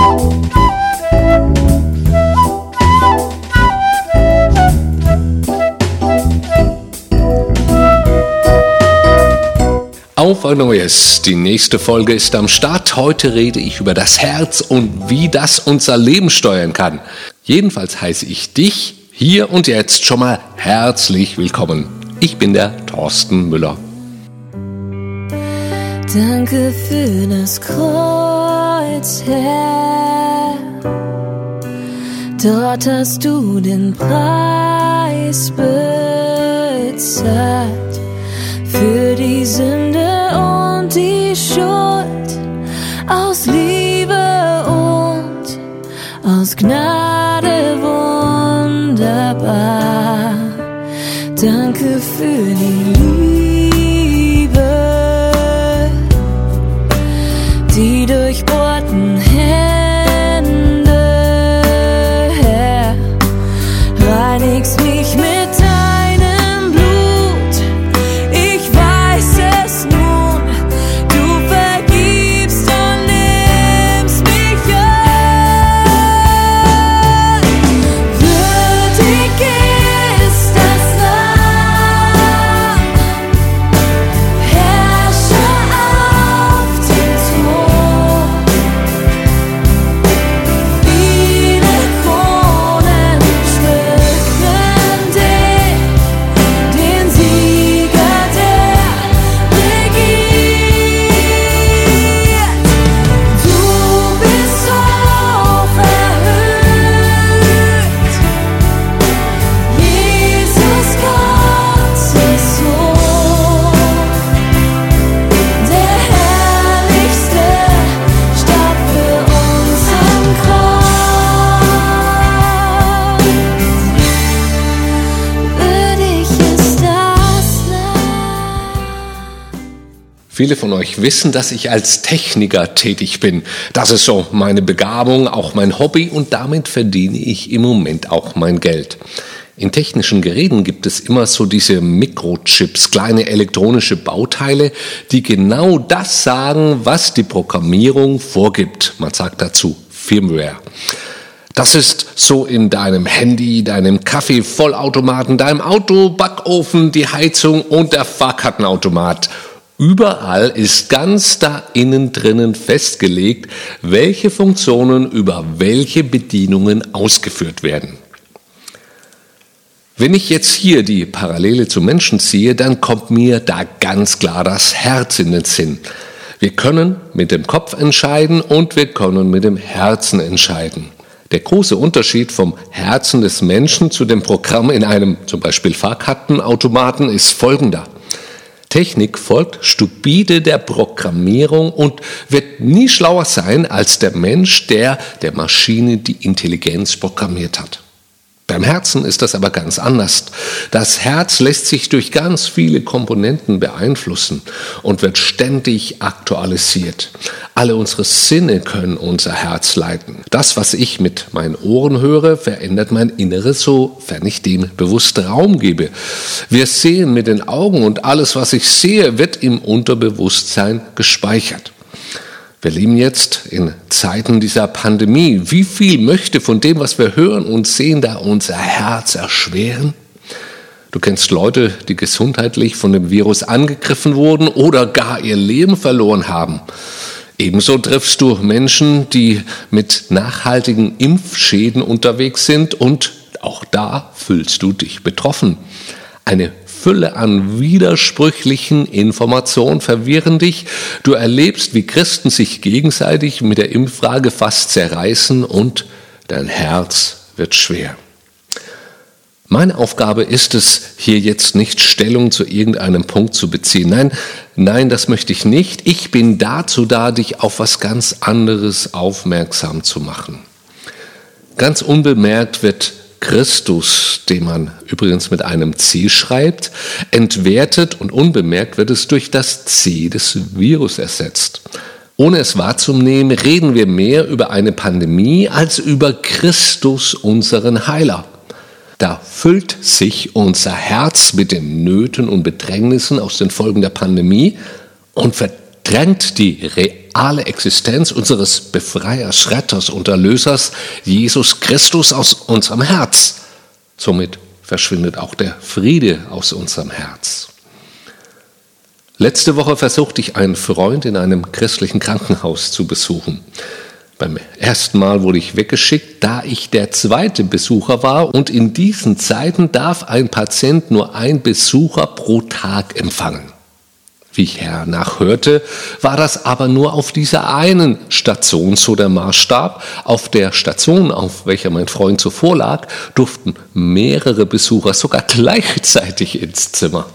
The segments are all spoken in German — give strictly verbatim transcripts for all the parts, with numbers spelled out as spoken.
Auf ein neues. Die nächste Folge ist am Start. Heute rede ich über das Herz und wie das unser Leben steuern kann. Jedenfalls heiße ich dich hier und jetzt schon mal herzlich willkommen. Ich bin der Thorsten Müller. Danke für das Kreuz, Herr. Dort hast du den Preis bezahlt. Für die Sünde und die Schuld, aus Liebe und aus Gnade wunderbar. Danke für die Liebe, die durchbohrten Hände, Herr, reinigst mich mit Viele von euch wissen, dass ich als Techniker tätig bin. Das ist so meine Begabung, auch mein Hobby und damit verdiene ich im Moment auch mein Geld. In technischen Geräten gibt es immer so diese Mikrochips, kleine elektronische Bauteile, die genau das sagen, was die Programmierung vorgibt. Man sagt dazu Firmware. Das ist so in deinem Handy, deinem Kaffeevollautomaten, deinem Auto, Backofen, die Heizung und der Fahrkartenautomat. Überall ist ganz da innen drinnen festgelegt, welche Funktionen über welche Bedienungen ausgeführt werden. Wenn ich jetzt hier die Parallele zum Menschen ziehe, dann kommt mir da ganz klar das Herz in den Sinn. Wir können mit dem Kopf entscheiden und wir können mit dem Herzen entscheiden. Der große Unterschied vom Herzen des Menschen zu dem Programm in einem zum Beispiel Fahrkartenautomaten ist folgender. Technik folgt stupide der Programmierung und wird nie schlauer sein als der Mensch, der der Maschine die Intelligenz programmiert hat. Beim Herzen ist das aber ganz anders. Das Herz lässt sich durch ganz viele Komponenten beeinflussen und wird ständig aktualisiert. Alle unsere Sinne können unser Herz leiten. Das, was ich mit meinen Ohren höre, verändert mein Inneres, sofern ich dem bewusst Raum gebe. Wir sehen mit den Augen und alles, was ich sehe, wird im Unterbewusstsein gespeichert. Wir leben jetzt in Zeiten dieser Pandemie. Wie viel möchte von dem, was wir hören und sehen, da unser Herz erschweren? Du kennst Leute, die gesundheitlich von dem Virus angegriffen wurden oder gar ihr Leben verloren haben. Ebenso triffst du Menschen, die mit nachhaltigen Impfschäden unterwegs sind und auch da fühlst du dich betroffen. Eine Fülle an widersprüchlichen Informationen verwirren dich. Du erlebst, wie Christen sich gegenseitig mit der Impffrage fast zerreißen und dein Herz wird schwer. Meine Aufgabe ist es, hier jetzt nicht Stellung zu irgendeinem Punkt zu beziehen. Nein, nein, das möchte ich nicht. Ich bin dazu da, dich auf was ganz anderes aufmerksam zu machen. Ganz unbemerkt wird Christus, den man übrigens mit einem C schreibt, entwertet und unbemerkt wird es durch das C des Virus ersetzt. Ohne es wahrzunehmen, reden wir mehr über eine Pandemie als über Christus, unseren Heiler. Da füllt sich unser Herz mit den Nöten und Bedrängnissen aus den Folgen der Pandemie und wird verdrängt die reale Existenz unseres Befreiers, Retters und Erlösers, Jesus Christus, aus unserem Herz. Somit verschwindet auch der Friede aus unserem Herz. Letzte Woche versuchte ich einen Freund in einem christlichen Krankenhaus zu besuchen. Beim ersten Mal wurde ich weggeschickt, da ich der zweite Besucher war, und in diesen Zeiten darf ein Patient nur einen Besucher pro Tag empfangen. Wie ich hernach hörte, war das aber nur auf dieser einen Station so der Maßstab. Auf der Station, auf welcher mein Freund zuvor lag, durften mehrere Besucher sogar gleichzeitig ins Zimmer.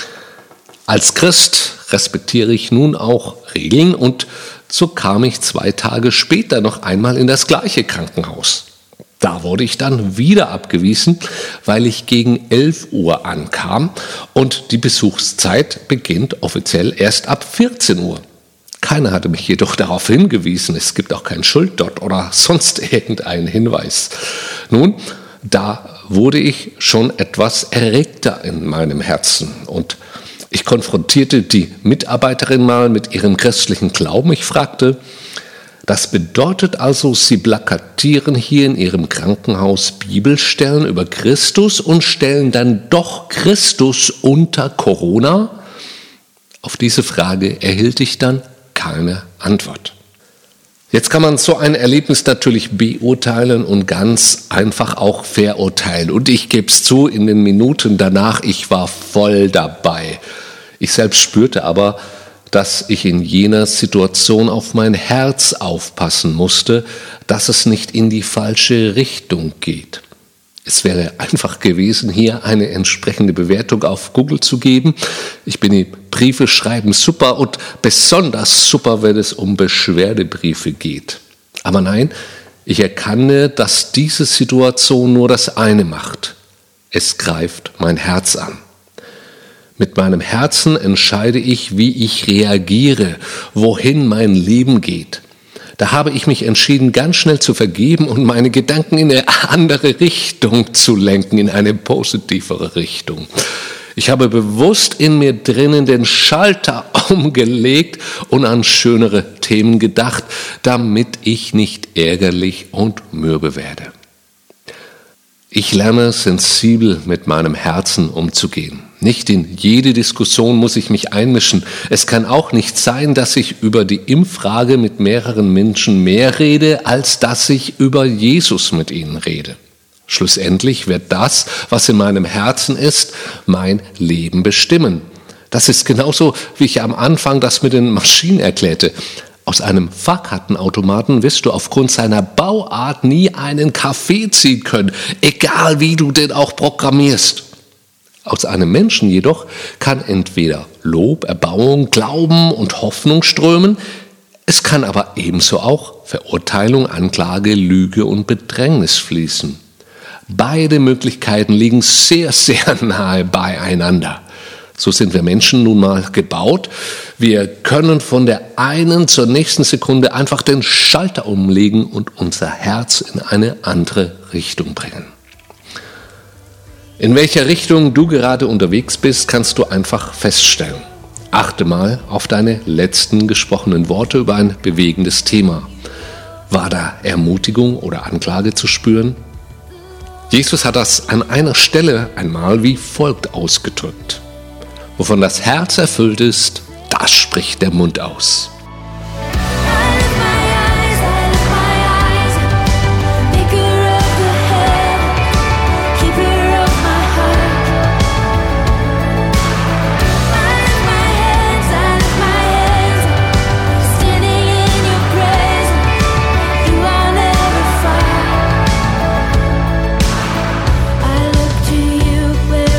Als Christ respektiere ich nun auch Regeln, und so kam ich zwei Tage später noch einmal in das gleiche Krankenhaus. Da wurde ich dann wieder abgewiesen, weil ich gegen elf Uhr ankam, und die Besuchszeit beginnt offiziell erst ab vierzehn Uhr. Keiner hatte mich jedoch darauf hingewiesen, es gibt auch kein Schild dort oder sonst irgendeinen Hinweis. Nun, da wurde ich schon etwas erregter in meinem Herzen, und ich konfrontierte die Mitarbeiterin mal mit ihrem christlichen Glauben. Ich fragte: Das bedeutet also, Sie plakatieren hier in Ihrem Krankenhaus Bibelstellen über Christus und stellen dann doch Christus unter Corona? Auf diese Frage erhielt ich dann keine Antwort. Jetzt kann man so ein Erlebnis natürlich beurteilen und ganz einfach auch verurteilen. Und ich gebe es zu, in den Minuten danach, ich war voll dabei. Ich selbst spürte aber, dass ich in jener Situation auf mein Herz aufpassen musste, dass es nicht in die falsche Richtung geht. Es wäre einfach gewesen, hier eine entsprechende Bewertung auf Google zu geben. Ich bin die Briefe schreiben super, und besonders super, wenn es um Beschwerdebriefe geht. Aber nein, ich erkannte, dass diese Situation nur das eine macht: Es greift mein Herz an. Mit meinem Herzen entscheide ich, wie ich reagiere, wohin mein Leben geht. Da habe ich mich entschieden, ganz schnell zu vergeben und meine Gedanken in eine andere Richtung zu lenken, in eine positivere Richtung. Ich habe bewusst in mir drinnen den Schalter umgelegt und an schönere Themen gedacht, damit ich nicht ärgerlich und mürbe werde. Ich lerne sensibel mit meinem Herzen umzugehen. Nicht in jede Diskussion muss ich mich einmischen. Es kann auch nicht sein, dass ich über die Impffrage mit mehreren Menschen mehr rede, als dass ich über Jesus mit ihnen rede. Schlussendlich wird das, was in meinem Herzen ist, mein Leben bestimmen. Das ist genauso, wie ich am Anfang das mit den Maschinen erklärte. Aus einem Fahrkartenautomaten wirst du aufgrund seiner Bauart nie einen Kaffee ziehen können, egal wie du den auch programmierst. Aus einem Menschen jedoch kann entweder Lob, Erbauung, Glauben und Hoffnung strömen, es kann aber ebenso auch Verurteilung, Anklage, Lüge und Bedrängnis fließen. Beide Möglichkeiten liegen sehr, sehr nahe beieinander. So sind wir Menschen nun mal gebaut. Wir können von der einen zur nächsten Sekunde einfach den Schalter umlegen und unser Herz in eine andere Richtung bringen. In welcher Richtung du gerade unterwegs bist, kannst du einfach feststellen. Achte mal auf deine letzten gesprochenen Worte über ein bewegendes Thema. War da Ermutigung oder Anklage zu spüren? Jesus hat das an einer Stelle einmal wie folgt ausgedrückt: Wovon das Herz erfüllt ist, das spricht der Mund aus.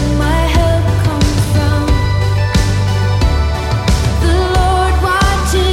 To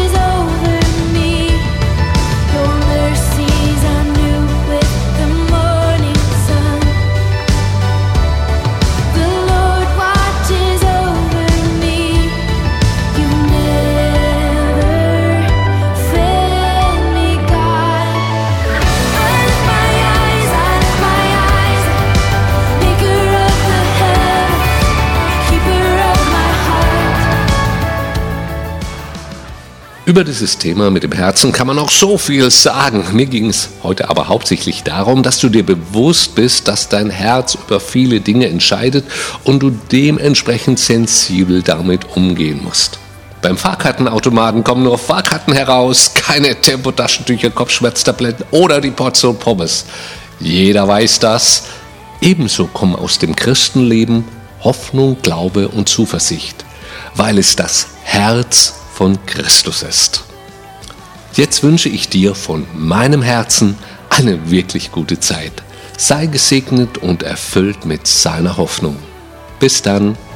Über dieses Thema mit dem Herzen kann man noch so viel sagen. Mir ging es heute aber hauptsächlich darum, dass du dir bewusst bist, dass dein Herz über viele Dinge entscheidet und du dementsprechend sensibel damit umgehen musst. Beim Fahrkartenautomaten kommen nur Fahrkarten heraus, keine Tempotaschentücher, Kopfschmerztabletten oder die Portion Pommes. Jeder weiß das. Ebenso kommen aus dem Christenleben Hoffnung, Glaube und Zuversicht, weil es das Herz von Christus ist. Jetzt wünsche ich dir von meinem Herzen eine wirklich gute Zeit. Sei gesegnet und erfüllt mit seiner Hoffnung. Bis dann.